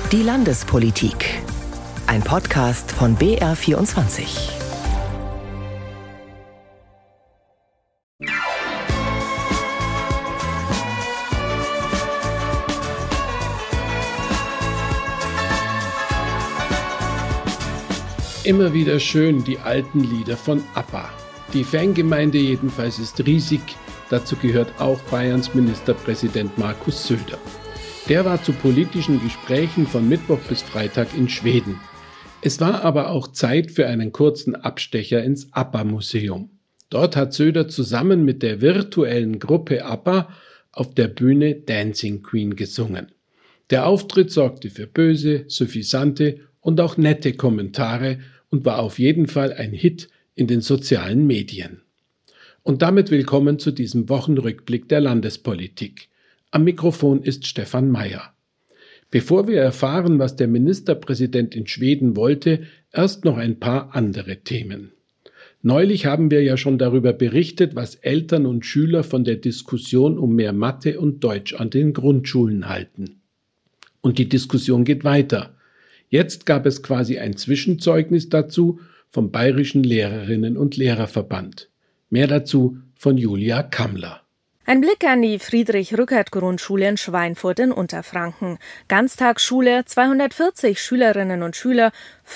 Die Landespolitik. Ein Podcast von BR24. Immer wieder schön die alten Lieder von ABBA. Die Fangemeinde jedenfalls ist riesig. Dazu gehört auch Bayerns Ministerpräsident Markus Söder. Der war zu politischen Gesprächen von Mittwoch bis Freitag in Schweden. Es war aber auch Zeit für einen kurzen Abstecher ins ABBA-Museum. Dort hat Söder zusammen mit der virtuellen Gruppe ABBA auf der Bühne Dancing Queen gesungen. Der Auftritt sorgte für böse, suffisante und auch nette Kommentare und war auf jeden Fall ein Hit in den sozialen Medien. Und damit willkommen zu diesem Wochenrückblick der Landespolitik. Am Mikrofon ist Stefan Mayer. Bevor wir erfahren, was der Ministerpräsident in Schweden wollte, erst noch ein paar andere Themen. Neulich haben wir ja schon darüber berichtet, was Eltern und Schüler von der Diskussion um mehr Mathe und Deutsch an den Grundschulen halten. Und die Diskussion geht weiter. Jetzt gab es quasi ein Zwischenzeugnis dazu vom Bayerischen Lehrerinnen- und Lehrerverband. Mehr dazu von Julia Kammler. Ein Blick an die Friedrich-Rückert-Grundschule in Schweinfurt in Unterfranken. Ganztagsschule, 240 Schülerinnen und Schüler,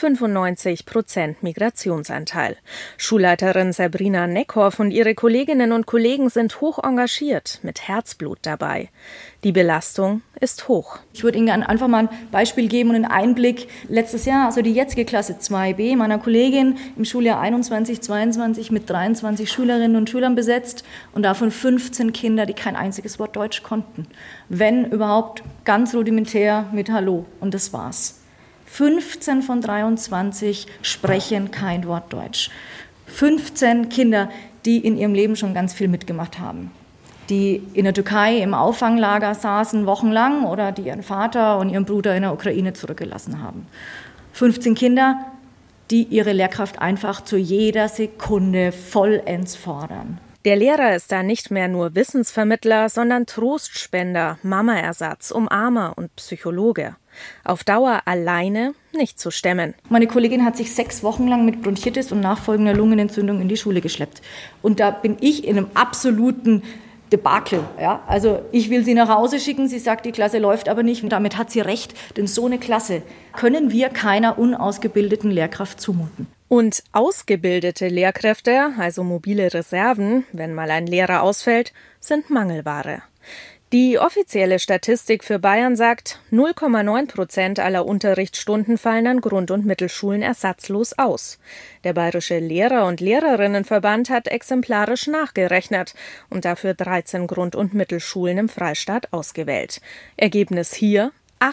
95% Migrationsanteil. Schulleiterin Sabrina Neckhoff und ihre Kolleginnen und Kollegen sind hoch engagiert, mit Herzblut dabei. Die Belastung ist hoch. Ich würde Ihnen einfach mal ein Beispiel geben und einen Einblick. Letztes Jahr, also die jetzige Klasse 2b meiner Kollegin im Schuljahr 21/22 mit 23 Schülerinnen und Schülern besetzt und davon 15 Kinder, die kein einziges Wort Deutsch konnten. Wenn überhaupt ganz rudimentär mit Hallo. Und das war's. 15 von 23 sprechen kein Wort Deutsch. 15 Kinder, die in ihrem Leben schon ganz viel mitgemacht haben. Die in der Türkei im Auffanglager saßen wochenlang oder die ihren Vater und ihren Bruder in der Ukraine zurückgelassen haben. 15 Kinder, die ihre Lehrkraft einfach zu jeder Sekunde vollends fordern. Der Lehrer ist da nicht mehr nur Wissensvermittler, sondern Trostspender, Mamaersatz, Umarmer und Psychologe. Auf Dauer alleine nicht zu stemmen. Meine Kollegin hat sich 6 Wochen lang mit Bronchitis und nachfolgender Lungenentzündung in die Schule geschleppt. Und da bin ich in einem absoluten Debakel. Ja? Also ich will sie nach Hause schicken, sie sagt, die Klasse läuft aber nicht. Und damit hat sie recht, denn so eine Klasse können wir keiner unausgebildeten Lehrkraft zumuten. Und ausgebildete Lehrkräfte, also mobile Reserven, wenn mal ein Lehrer ausfällt, sind Mangelware. Die offizielle Statistik für Bayern sagt, 0,9% aller Unterrichtsstunden fallen an Grund- und Mittelschulen ersatzlos aus. Der Bayerische Lehrer- und Lehrerinnenverband hat exemplarisch nachgerechnet und dafür 13 Grund- und Mittelschulen im Freistaat ausgewählt. Ergebnis hier: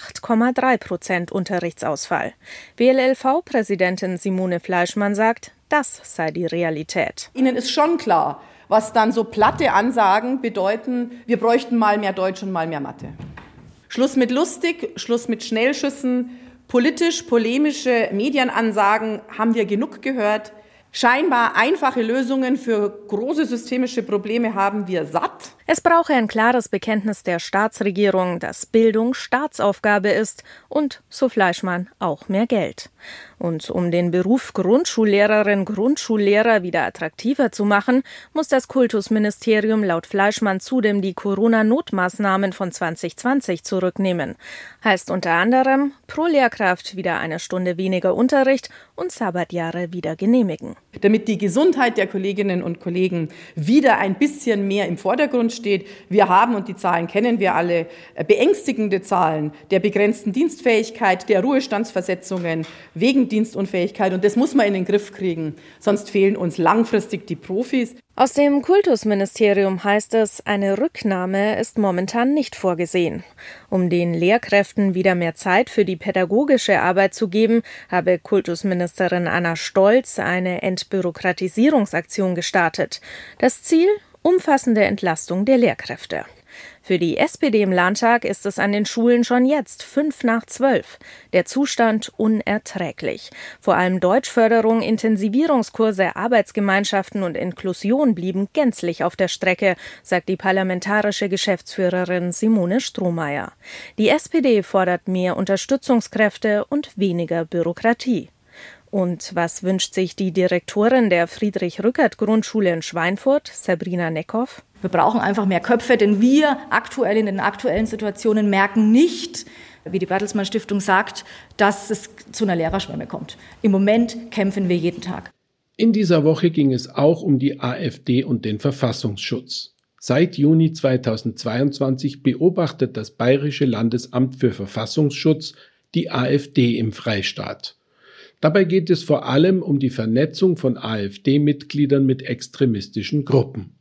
8,3% Unterrichtsausfall. BLLV-Präsidentin Simone Fleischmann sagt, das sei die Realität. Ihnen ist schon klar, was dann so platte Ansagen bedeuten, wir bräuchten mal mehr Deutsch und mal mehr Mathe. Schluss mit lustig, Schluss mit Schnellschüssen, politisch-polemische Medienansagen haben wir genug gehört. Scheinbar einfache Lösungen für große systemische Probleme haben wir satt. Es brauche ein klares Bekenntnis der Staatsregierung, dass Bildung Staatsaufgabe ist und, so Fleischmann, auch mehr Geld. Und um den Beruf Grundschullehrerin, Grundschullehrer wieder attraktiver zu machen, muss das Kultusministerium laut Fleischmann zudem die Corona-Notmaßnahmen von 2020 zurücknehmen. Heißt unter anderem, pro Lehrkraft wieder eine Stunde weniger Unterricht und Sabbatjahre wieder genehmigen. Damit die Gesundheit der Kolleginnen und Kollegen wieder ein bisschen mehr im Vordergrund steht. Wir haben, und die Zahlen kennen wir alle, beängstigende Zahlen der begrenzten Dienstfähigkeit, der Ruhestandsversetzungen wegen Dienstunfähigkeit. Und das muss man in den Griff kriegen, sonst fehlen uns langfristig die Profis. Aus dem Kultusministerium heißt es, eine Rücknahme ist momentan nicht vorgesehen. Um den Lehrkräften wieder mehr Zeit für die pädagogische Arbeit zu geben, habe Kultusministerin Anna Stolz eine Entbürokratisierungsaktion gestartet. Das Ziel: umfassende Entlastung der Lehrkräfte. Für die SPD im Landtag ist es an den Schulen schon jetzt 11:55. Der Zustand unerträglich. Vor allem Deutschförderung, Intensivierungskurse, Arbeitsgemeinschaften und Inklusion blieben gänzlich auf der Strecke, sagt die parlamentarische Geschäftsführerin Simone Strohmeier. Die SPD fordert mehr Unterstützungskräfte und weniger Bürokratie. Und was wünscht sich die Direktorin der Friedrich-Rückert-Grundschule in Schweinfurt, Sabrina Neckhoff? Wir brauchen einfach mehr Köpfe, denn wir aktuell in den aktuellen Situationen merken nicht, wie die Bertelsmann Stiftung sagt, dass es zu einer Lehrerschwemme kommt. Im Moment kämpfen wir jeden Tag. In dieser Woche ging es auch um die AfD und den Verfassungsschutz. Seit Juni 2022 beobachtet das Bayerische Landesamt für Verfassungsschutz die AfD im Freistaat. Dabei geht es vor allem um die Vernetzung von AfD-Mitgliedern mit extremistischen Gruppen.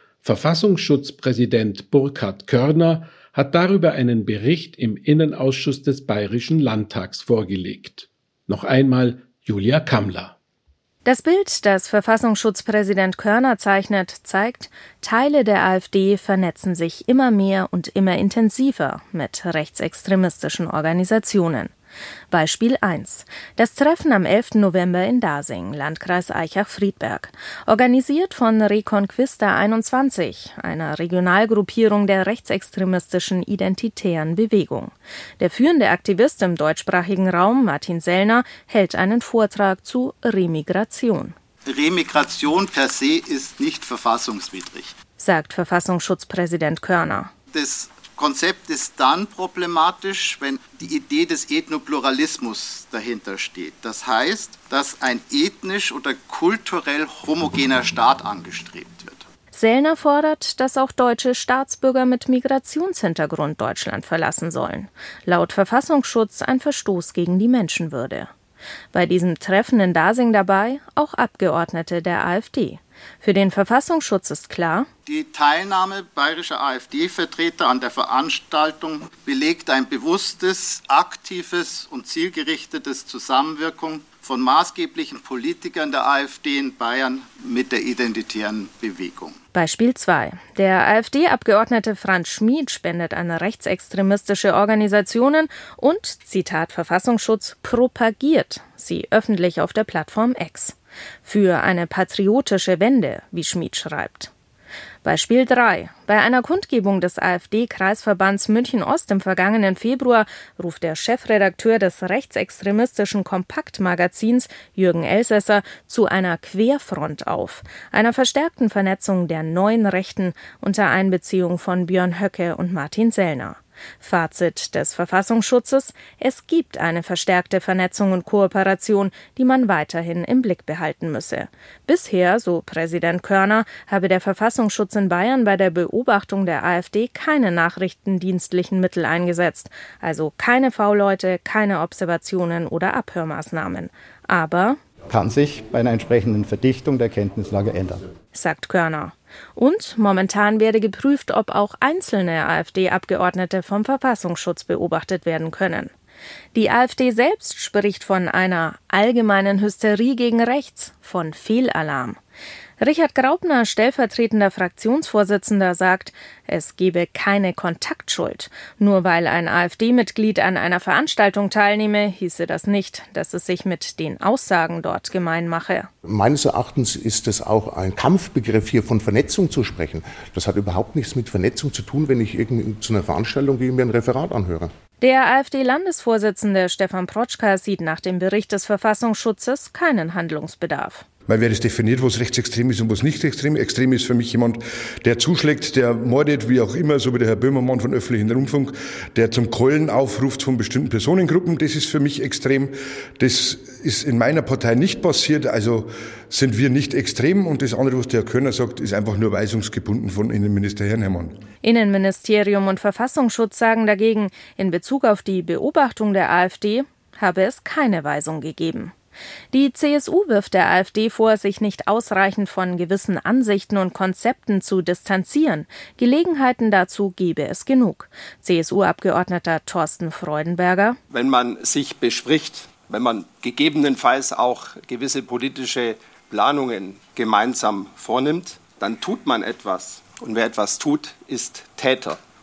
Verfassungsschutzpräsident Burkhard Körner hat darüber einen Bericht im Innenausschuss des Bayerischen Landtags vorgelegt. Noch einmal Julia Kammler. Das Bild, das Verfassungsschutzpräsident Körner zeichnet, zeigt, Teile der AfD vernetzen sich immer mehr und immer intensiver mit rechtsextremistischen Organisationen. Beispiel 1. Das Treffen am 11. November in Dasing, Landkreis Aichach-Friedberg. Organisiert von Reconquista 21, einer Regionalgruppierung der rechtsextremistischen Identitären Bewegung. Der führende Aktivist im deutschsprachigen Raum, Martin Sellner, hält einen Vortrag zu Remigration. Remigration per se ist nicht verfassungswidrig, sagt Verfassungsschutzpräsident Körner. Das Konzept ist dann problematisch, wenn die Idee des Ethnopluralismus dahinter steht. Das heißt, dass ein ethnisch oder kulturell homogener Staat angestrebt wird. Sellner fordert, dass auch deutsche Staatsbürger mit Migrationshintergrund Deutschland verlassen sollen. Laut Verfassungsschutz ein Verstoß gegen die Menschenwürde. Bei diesem Treffen in Dasing dabei auch Abgeordnete der AfD. Für den Verfassungsschutz ist klar, die Teilnahme bayerischer AfD-Vertreter an der Veranstaltung belegt ein bewusstes, aktives und zielgerichtetes Zusammenwirken von maßgeblichen Politikern der AfD in Bayern mit der identitären Bewegung. Beispiel 2. Der AfD-Abgeordnete Franz Schmid spendet an rechtsextremistische Organisationen und, Zitat Verfassungsschutz, propagiert sie öffentlich auf der Plattform X. Für eine patriotische Wende, wie Schmid schreibt. Beispiel 3. Bei einer Kundgebung des AfD-Kreisverbands München-Ost im vergangenen Februar ruft der Chefredakteur des rechtsextremistischen Kompaktmagazins, Jürgen Elsässer, zu einer Querfront auf, einer verstärkten Vernetzung der neuen Rechten unter Einbeziehung von Björn Höcke und Martin Sellner. Fazit des Verfassungsschutzes: Es gibt eine verstärkte Vernetzung und Kooperation, die man weiterhin im Blick behalten müsse. Bisher, so Präsident Körner, habe der Verfassungsschutz in Bayern bei der Beobachtung der AfD keine nachrichtendienstlichen Mittel eingesetzt, also keine V-Leute, keine Observationen oder Abhörmaßnahmen. Aber kann sich bei einer entsprechenden Verdichtung der Kenntnislage ändern, sagt Körner. Und momentan werde geprüft, ob auch einzelne AfD-Abgeordnete vom Verfassungsschutz beobachtet werden können. Die AfD selbst spricht von einer allgemeinen Hysterie gegen rechts, von Fehlalarm. Richard Graupner, stellvertretender Fraktionsvorsitzender, sagt, es gebe keine Kontaktschuld. Nur weil ein AfD-Mitglied an einer Veranstaltung teilnehme, hieße das nicht, dass es sich mit den Aussagen dort gemein mache. Meines Erachtens ist es auch ein Kampfbegriff, hier von Vernetzung zu sprechen. Das hat überhaupt nichts mit Vernetzung zu tun, wenn ich irgendwie zu einer Veranstaltung gehe und mir ein Referat anhöre. Der AfD-Landesvorsitzende Stefan Protschka sieht nach dem Bericht des Verfassungsschutzes keinen Handlungsbedarf. Weil wer das definiert, was rechtsextrem ist und was nicht extrem. Extrem ist für mich jemand, der zuschlägt, der mordet, wie auch immer, so wie der Herr Böhmermann von öffentlichen Rundfunk, der zum Keulen aufruft von bestimmten Personengruppen. Das ist für mich extrem. Das ist in meiner Partei nicht passiert. Also sind wir nicht extrem. Und das andere, was der Herr Körner sagt, ist einfach nur weisungsgebunden von Innenminister Herrn Herrmann. Innenministerium und Verfassungsschutz sagen dagegen, in Bezug auf die Beobachtung der AfD habe es keine Weisung gegeben. Die CSU wirft der AfD vor, sich nicht ausreichend von gewissen Ansichten und Konzepten zu distanzieren. Gelegenheiten dazu gebe es genug. CSU-Abgeordneter Thorsten Freudenberger: Wenn man sich bespricht, wenn man gegebenenfalls auch gewisse politische Planungen gemeinsam vornimmt, dann tut man etwas. Und wer etwas tut, ist Täter.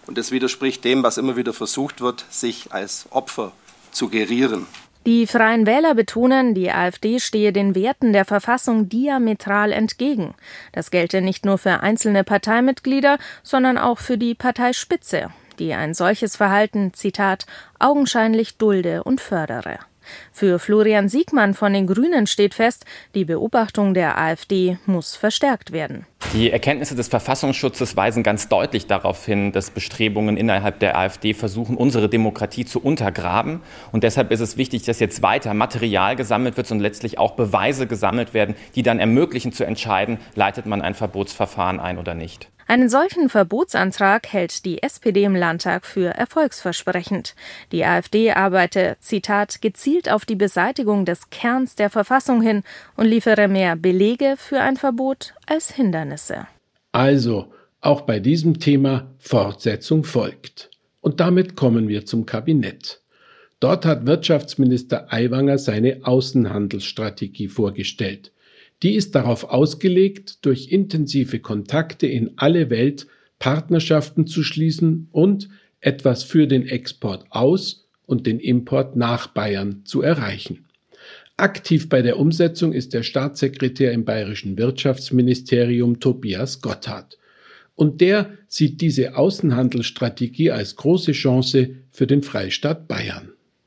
Und das widerspricht dem, was immer wieder versucht wird, sich als Opfer zu gerieren. Die Freien Wähler betonen, die AfD stehe den Werten der Verfassung diametral entgegen. Das gelte nicht nur für einzelne Parteimitglieder, sondern auch für die Parteispitze, die ein solches Verhalten, Zitat, augenscheinlich dulde und fördere. Für Florian Siegmann von den Grünen steht fest, die Beobachtung der AfD muss verstärkt werden. Die Erkenntnisse des Verfassungsschutzes weisen ganz deutlich darauf hin, dass Bestrebungen innerhalb der AfD versuchen, unsere Demokratie zu untergraben. Und deshalb ist es wichtig, dass jetzt weiter Material gesammelt wird und letztlich auch Beweise gesammelt werden, die dann ermöglichen zu entscheiden, leitet man ein Verbotsverfahren ein oder nicht. Einen solchen Verbotsantrag hält die SPD im Landtag für erfolgsversprechend. Die AfD arbeite, Zitat, gezielt auf die Beseitigung des Kerns der Verfassung hin und liefere mehr Belege für ein Verbot als Hindernisse. Also, auch bei diesem Thema Fortsetzung folgt. Und damit kommen wir zum Kabinett. Dort hat Wirtschaftsminister Aiwanger seine Außenhandelsstrategie vorgestellt. Die ist darauf ausgelegt, durch intensive Kontakte in alle Welt Partnerschaften zu schließen und etwas für den Export aus und den Import nach Bayern zu erreichen. Aktiv bei der Umsetzung ist der Staatssekretär im Bayerischen Wirtschaftsministerium Tobias Gotthard. Und der sieht diese Außenhandelsstrategie als große Chance für den Freistaat Bayern.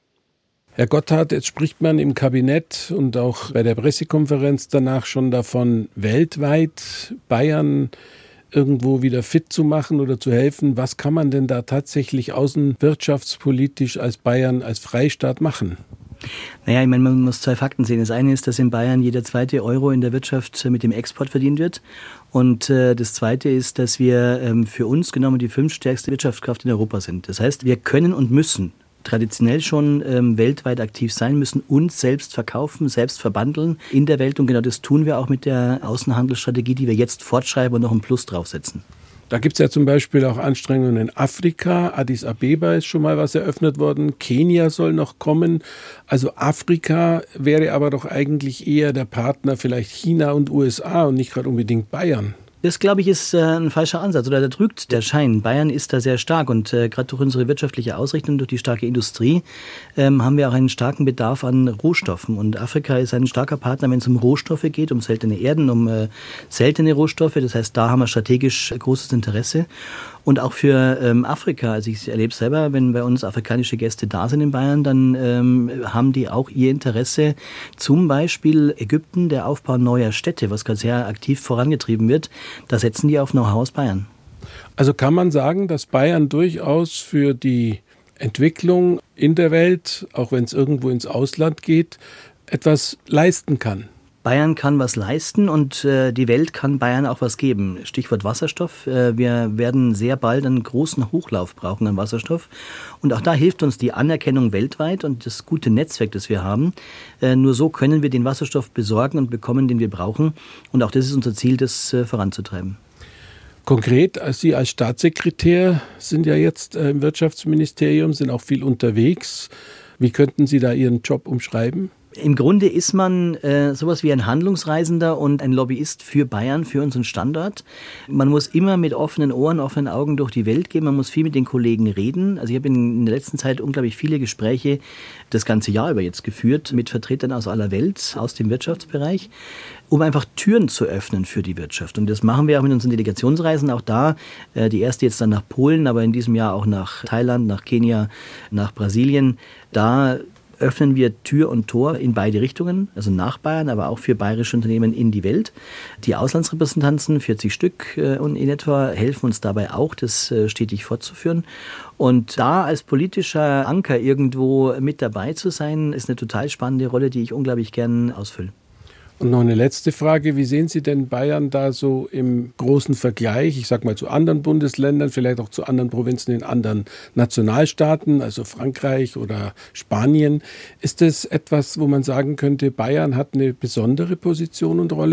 Herr Gotthard, jetzt spricht man im Kabinett und auch bei der Pressekonferenz danach schon davon, weltweit Bayern irgendwo wieder fit zu machen oder zu helfen. Was kann man denn da tatsächlich außenwirtschaftspolitisch als Bayern, als Freistaat machen? Naja, ich meine, man muss zwei Fakten sehen. Das eine ist, dass in Bayern jeder zweite Euro in der Wirtschaft mit dem Export verdient wird. Und das zweite ist, dass wir für uns genommen die 5. stärkste Wirtschaftskraft in Europa sind. Das heißt, wir können und müssen traditionell schon weltweit aktiv sein, müssen uns selbst verkaufen, selbst verbandeln in der Welt. Und genau das tun wir auch mit der Außenhandelsstrategie, die wir jetzt fortschreiben und noch ein Plus draufsetzen. Da gibt es ja zum Beispiel auch Anstrengungen in Afrika. Addis Abeba ist schon mal was eröffnet worden. Kenia soll noch kommen. Also Afrika wäre aber doch eigentlich eher der Partner, vielleicht China und USA und nicht gerade unbedingt Bayern. Das, glaube ich, ist ein falscher Ansatz oder da trügt der Schein. Bayern ist da sehr stark und gerade durch unsere wirtschaftliche Ausrichtung, durch die starke Industrie, haben wir auch einen starken Bedarf an Rohstoffen. Und Afrika ist ein starker Partner, wenn es um Rohstoffe geht, um seltene Erden, um seltene Rohstoffe. Das heißt, da haben wir strategisch großes Interesse. Und auch für Afrika, also ich erlebe es selber, wenn bei uns afrikanische Gäste da sind in Bayern, dann haben die auch ihr Interesse, zum Beispiel Ägypten, der Aufbau neuer Städte, was gerade sehr aktiv vorangetrieben wird, da setzen die auf Know-how aus Bayern. Also kann man sagen, dass Bayern durchaus für die Entwicklung in der Welt, auch wenn es irgendwo ins Ausland geht, etwas leisten kann? Bayern kann was leisten und die Welt kann Bayern auch was geben. Stichwort Wasserstoff. Wir werden sehr bald einen großen Hochlauf brauchen an Wasserstoff. Und auch da hilft uns die Anerkennung weltweit und das gute Netzwerk, das wir haben. Nur so können wir den Wasserstoff besorgen und bekommen, den wir brauchen. Und auch das ist unser Ziel, das voranzutreiben. Konkret, Sie als Staatssekretär sind ja jetzt im Wirtschaftsministerium, sind auch viel unterwegs. Wie könnten Sie da Ihren Job umschreiben? Im Grunde ist man sowas wie ein Handlungsreisender und ein Lobbyist für Bayern, für unseren Standort. Man muss immer mit offenen Ohren, offenen Augen durch die Welt gehen. Man muss viel mit den Kollegen reden. Also ich habe in der letzten Zeit unglaublich viele Gespräche das ganze Jahr über jetzt geführt mit Vertretern aus aller Welt, aus dem Wirtschaftsbereich, um einfach Türen zu öffnen für die Wirtschaft. Und das machen wir auch mit unseren Delegationsreisen. Auch da, die erste jetzt dann nach Polen, aber in diesem Jahr auch nach Thailand, nach Kenia, nach Brasilien. Da öffnen wir Tür und Tor in beide Richtungen, also nach Bayern, aber auch für bayerische Unternehmen in die Welt. Die Auslandsrepräsentanzen, 40 Stück in etwa, helfen uns dabei auch, das stetig fortzuführen. Und da als politischer Anker irgendwo mit dabei zu sein, ist eine total spannende Rolle, die ich unglaublich gern ausfülle. Und noch eine letzte Frage. Wie sehen Sie denn Bayern da so im großen Vergleich, ich sag mal zu anderen Bundesländern, vielleicht auch zu anderen Provinzen in anderen Nationalstaaten, also Frankreich oder Spanien? Ist das etwas, wo man sagen könnte, Bayern hat eine besondere Position und Rolle?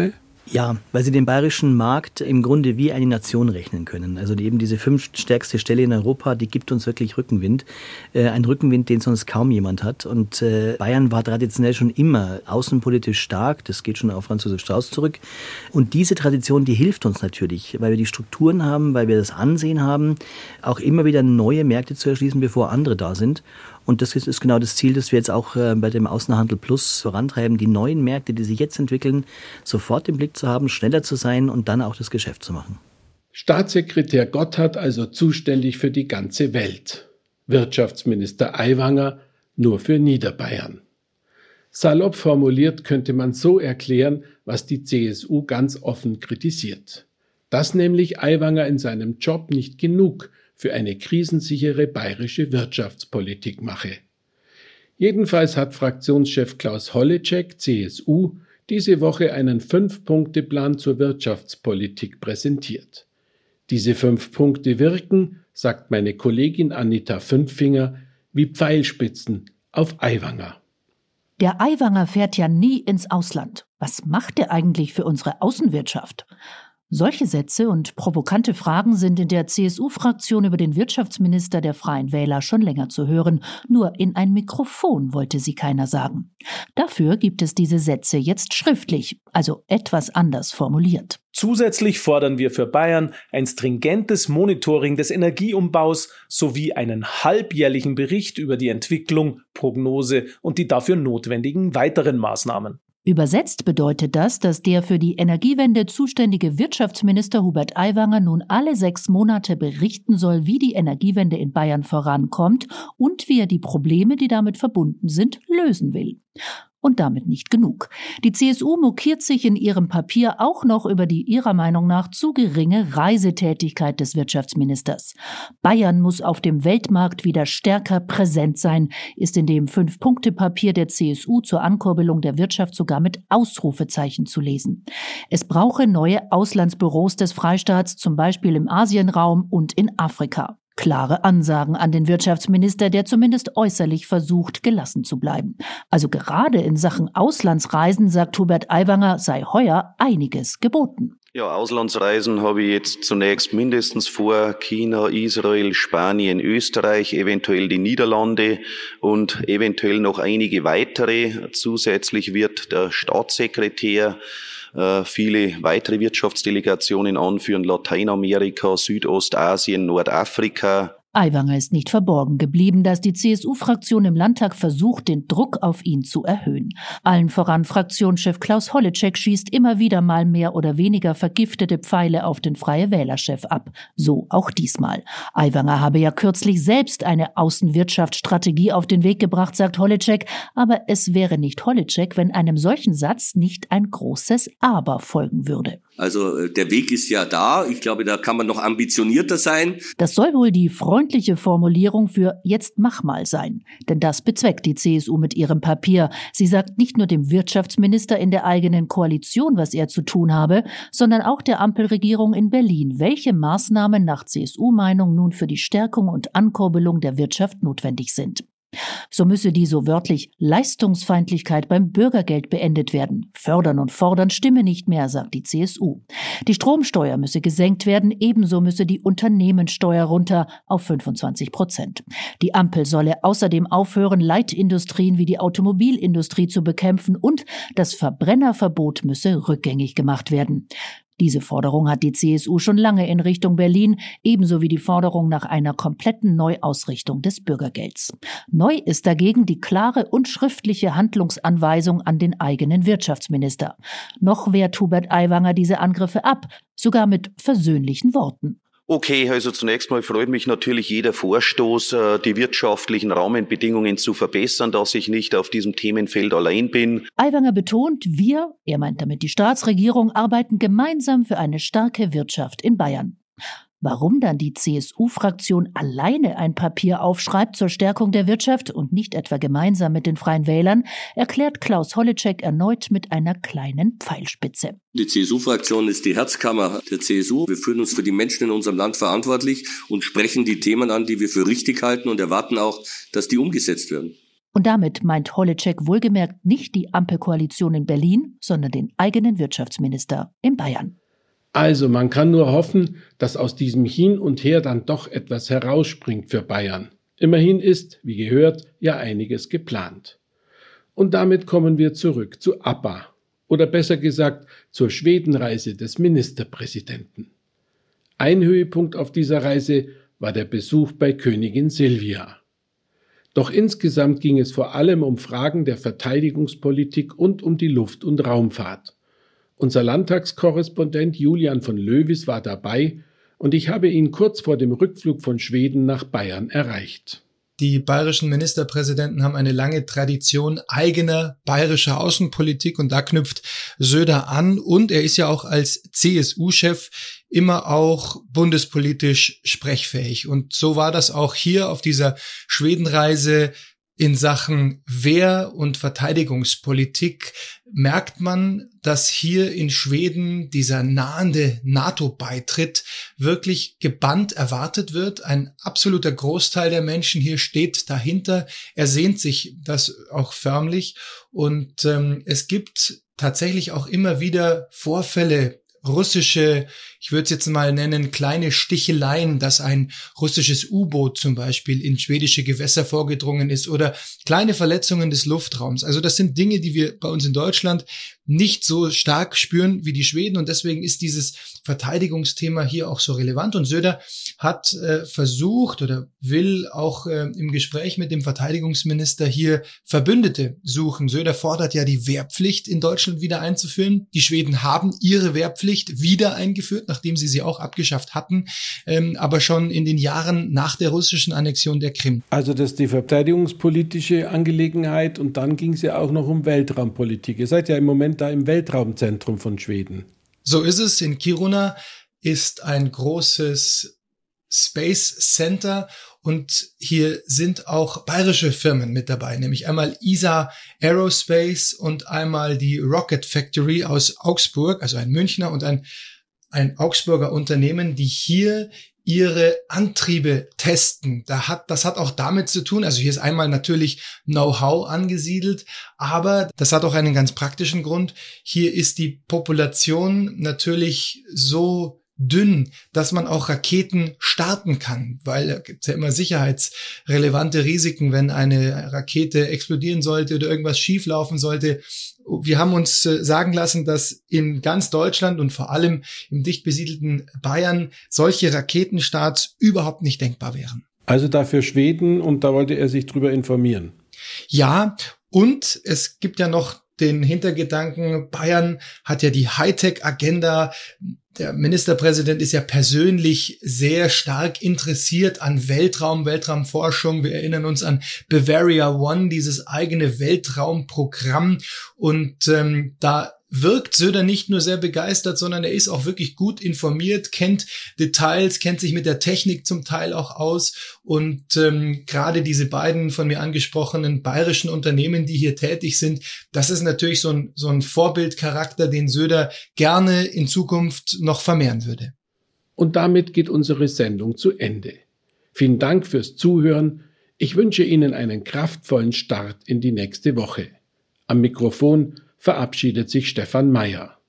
Ja, weil sie den bayerischen Markt im Grunde wie eine Nation rechnen können. Also eben diese 5. stärkste Stelle in Europa, die gibt uns wirklich Rückenwind. Ein Rückenwind, den sonst kaum jemand hat. Und Bayern war traditionell schon immer außenpolitisch stark. Das geht schon auf Franz Josef Strauß zurück. Und diese Tradition, die hilft uns natürlich, weil wir die Strukturen haben, weil wir das Ansehen haben, auch immer wieder neue Märkte zu erschließen, bevor andere da sind. Und das ist genau das Ziel, das wir jetzt auch bei dem Außenhandel Plus vorantreiben, die neuen Märkte, die sich jetzt entwickeln, sofort im Blick zu haben, schneller zu sein und dann auch das Geschäft zu machen. Staatssekretär Gotthard also zuständig für die ganze Welt. Wirtschaftsminister Aiwanger nur für Niederbayern. Salopp formuliert könnte man so erklären, was die CSU ganz offen kritisiert. Dass nämlich Aiwanger in seinem Job nicht genug für eine krisensichere bayerische Wirtschaftspolitik mache. Jedenfalls hat Fraktionschef Klaus Holleczek, CSU, diese Woche einen 5-Punkte-Plan zur Wirtschaftspolitik präsentiert. Diese 5 Punkte wirken, sagt meine Kollegin Anita Fünffinger, wie Pfeilspitzen auf Aiwanger. Der Aiwanger fährt ja nie ins Ausland. Was macht er eigentlich für unsere Außenwirtschaft? Solche Sätze und provokante Fragen sind in der CSU-Fraktion über den Wirtschaftsminister der Freien Wähler schon länger zu hören. Nur in ein Mikrofon wollte sie keiner sagen. Dafür gibt es diese Sätze jetzt schriftlich, also etwas anders formuliert. Zusätzlich fordern wir für Bayern ein stringentes Monitoring des Energieumbaus sowie einen halbjährlichen Bericht über die Entwicklung, Prognose und die dafür notwendigen weiteren Maßnahmen. Übersetzt bedeutet das, dass der für die Energiewende zuständige Wirtschaftsminister Hubert Aiwanger nun alle 6 Monate berichten soll, wie die Energiewende in Bayern vorankommt und wie er die Probleme, die damit verbunden sind, lösen will. Und damit nicht genug. Die CSU mokiert sich in ihrem Papier auch noch über die ihrer Meinung nach zu geringe Reisetätigkeit des Wirtschaftsministers. Bayern muss auf dem Weltmarkt wieder stärker präsent sein, ist in dem 5-Punkte-Papier der CSU zur Ankurbelung der Wirtschaft sogar mit Ausrufezeichen zu lesen. Es brauche neue Auslandsbüros des Freistaats, zum Beispiel im Asienraum und in Afrika. Klare Ansagen an den Wirtschaftsminister, der zumindest äußerlich versucht, gelassen zu bleiben. Also gerade in Sachen Auslandsreisen, sagt Hubert Aiwanger, sei heuer einiges geboten. Ja, Auslandsreisen habe ich jetzt zunächst mindestens vor: China, Israel, Spanien, Österreich, eventuell die Niederlande und eventuell noch einige weitere. Zusätzlich wird der Staatssekretär viele weitere Wirtschaftsdelegationen anführen: Lateinamerika, Südostasien, Nordafrika. Aiwanger ist nicht verborgen geblieben, dass die CSU-Fraktion im Landtag versucht, den Druck auf ihn zu erhöhen. Allen voran Fraktionschef Klaus Holleczek schießt immer wieder mal mehr oder weniger vergiftete Pfeile auf den Freie Wähler-Chef ab. So auch diesmal. Aiwanger habe ja kürzlich selbst eine Außenwirtschaftsstrategie auf den Weg gebracht, sagt Holleczek. Aber es wäre nicht Holleczek, wenn einem solchen Satz nicht ein großes Aber folgen würde. Also der Weg ist ja da. Ich glaube, da kann man noch ambitionierter sein. Das soll wohl die freundliche Formulierung für „Jetzt mach mal" sein. Denn das bezweckt die CSU mit ihrem Papier. Sie sagt nicht nur dem Wirtschaftsminister in der eigenen Koalition, was er zu tun habe, sondern auch der Ampelregierung in Berlin, welche Maßnahmen nach CSU-Meinung nun für die Stärkung und Ankurbelung der Wirtschaft notwendig sind. So müsse die so wörtlich Leistungsfeindlichkeit beim Bürgergeld beendet werden. Fördern und fordern stimme nicht mehr, sagt die CSU. Die Stromsteuer müsse gesenkt werden, ebenso müsse die Unternehmenssteuer runter auf 25%. Die Ampel solle außerdem aufhören, Leitindustrien wie die Automobilindustrie zu bekämpfen und das Verbrennerverbot müsse rückgängig gemacht werden. Diese Forderung hat die CSU schon lange in Richtung Berlin, ebenso wie die Forderung nach einer kompletten Neuausrichtung des Bürgergelds. Neu ist dagegen die klare und schriftliche Handlungsanweisung an den eigenen Wirtschaftsminister. Noch wehrt Hubert Aiwanger diese Angriffe ab, sogar mit versöhnlichen Worten. Okay, also zunächst mal freut mich natürlich jeder Vorstoß, die wirtschaftlichen Rahmenbedingungen zu verbessern, dass ich nicht auf diesem Themenfeld allein bin. Aiwanger betont, wir, er meint damit die Staatsregierung, arbeiten gemeinsam für eine starke Wirtschaft in Bayern. Warum dann die CSU-Fraktion alleine ein Papier aufschreibt zur Stärkung der Wirtschaft und nicht etwa gemeinsam mit den Freien Wählern, erklärt Klaus Holleczek erneut mit einer kleinen Pfeilspitze. Die CSU-Fraktion ist die Herzkammer der CSU. Wir fühlen uns für die Menschen in unserem Land verantwortlich und sprechen die Themen an, die wir für richtig halten und erwarten auch, dass die umgesetzt werden. Und damit meint Holleczek wohlgemerkt nicht die Ampelkoalition in Berlin, sondern den eigenen Wirtschaftsminister in Bayern. Also man kann nur hoffen, dass aus diesem Hin und Her dann doch etwas herausspringt für Bayern. Immerhin ist, wie gehört, ja einiges geplant. Und damit kommen wir zurück zu ABBA. Oder besser gesagt zur Schwedenreise des Ministerpräsidenten. Ein Höhepunkt auf dieser Reise war der Besuch bei Königin Silvia. Doch insgesamt ging es vor allem um Fragen der Verteidigungspolitik und um die Luft- und Raumfahrt. Unser Landtagskorrespondent Julian von Löwis war dabei und ich habe ihn kurz vor dem Rückflug von Schweden nach Bayern erreicht. Die bayerischen Ministerpräsidenten haben eine lange Tradition eigener bayerischer Außenpolitik und da knüpft Söder an und er ist ja auch als CSU-Chef immer auch bundespolitisch sprechfähig. Und so war das auch hier auf dieser Schwedenreise. In Sachen Wehr- und Verteidigungspolitik merkt man, dass hier in Schweden dieser nahende NATO-Beitritt wirklich gebannt erwartet wird. Ein absoluter Großteil der Menschen hier steht dahinter. Er sehnt sich das auch förmlich. Und es gibt tatsächlich auch immer wieder Vorfälle, russische, ich würde es jetzt mal nennen, kleine Sticheleien, dass ein russisches U-Boot zum Beispiel in schwedische Gewässer vorgedrungen ist oder kleine Verletzungen des Luftraums. Also das sind Dinge, die wir bei uns in Deutschland nicht so stark spüren wie die Schweden und deswegen ist dieses Verteidigungsthema hier auch so relevant. Und Söder hat versucht oder will auch im Gespräch mit dem Verteidigungsminister hier Verbündete suchen. Söder fordert ja die Wehrpflicht in Deutschland wieder einzuführen. Die Schweden haben ihre Wehrpflicht wieder eingeführt, nachdem sie auch abgeschafft hatten, aber schon in den Jahren nach der russischen Annexion der Krim. Also das ist die verteidigungspolitische Angelegenheit und dann ging es ja auch noch um Weltraumpolitik. Ihr seid ja im Moment da im Weltraumzentrum von Schweden. So ist es. In Kiruna ist ein großes Space Center und hier sind auch bayerische Firmen mit dabei, nämlich einmal ESA Aerospace und einmal die Rocket Factory aus Augsburg, also ein Münchner und ein Augsburger Unternehmen, die hier ihre Antriebe testen. Das hat auch damit zu tun, also hier ist einmal natürlich Know-how angesiedelt, aber das hat auch einen ganz praktischen Grund. Hier ist die Population natürlich so dünn, dass man auch Raketen starten kann, weil da gibt es ja immer sicherheitsrelevante Risiken, wenn eine Rakete explodieren sollte oder irgendwas schieflaufen sollte. Wir haben uns sagen lassen, dass in ganz Deutschland und vor allem im dicht besiedelten Bayern solche Raketenstarts überhaupt nicht denkbar wären. Also dafür Schweden und da wollte er sich drüber informieren. Ja, und es gibt ja noch den Hintergedanken, Bayern hat ja die Hightech-Agenda. Der Ministerpräsident ist ja persönlich sehr stark interessiert an Weltraumforschung. Wir erinnern uns an Bavaria One, dieses eigene Weltraumprogramm. Und da wirkt Söder nicht nur sehr begeistert, sondern er ist auch wirklich gut informiert, kennt Details, kennt sich mit der Technik zum Teil auch aus. Und gerade diese beiden von mir angesprochenen bayerischen Unternehmen, die hier tätig sind, das ist natürlich so ein Vorbildcharakter, den Söder gerne in Zukunft noch vermehren würde. Und damit geht unsere Sendung zu Ende. Vielen Dank fürs Zuhören. Ich wünsche Ihnen einen kraftvollen Start in die nächste Woche. Am Mikrofon verabschiedet sich Stefan Mayer.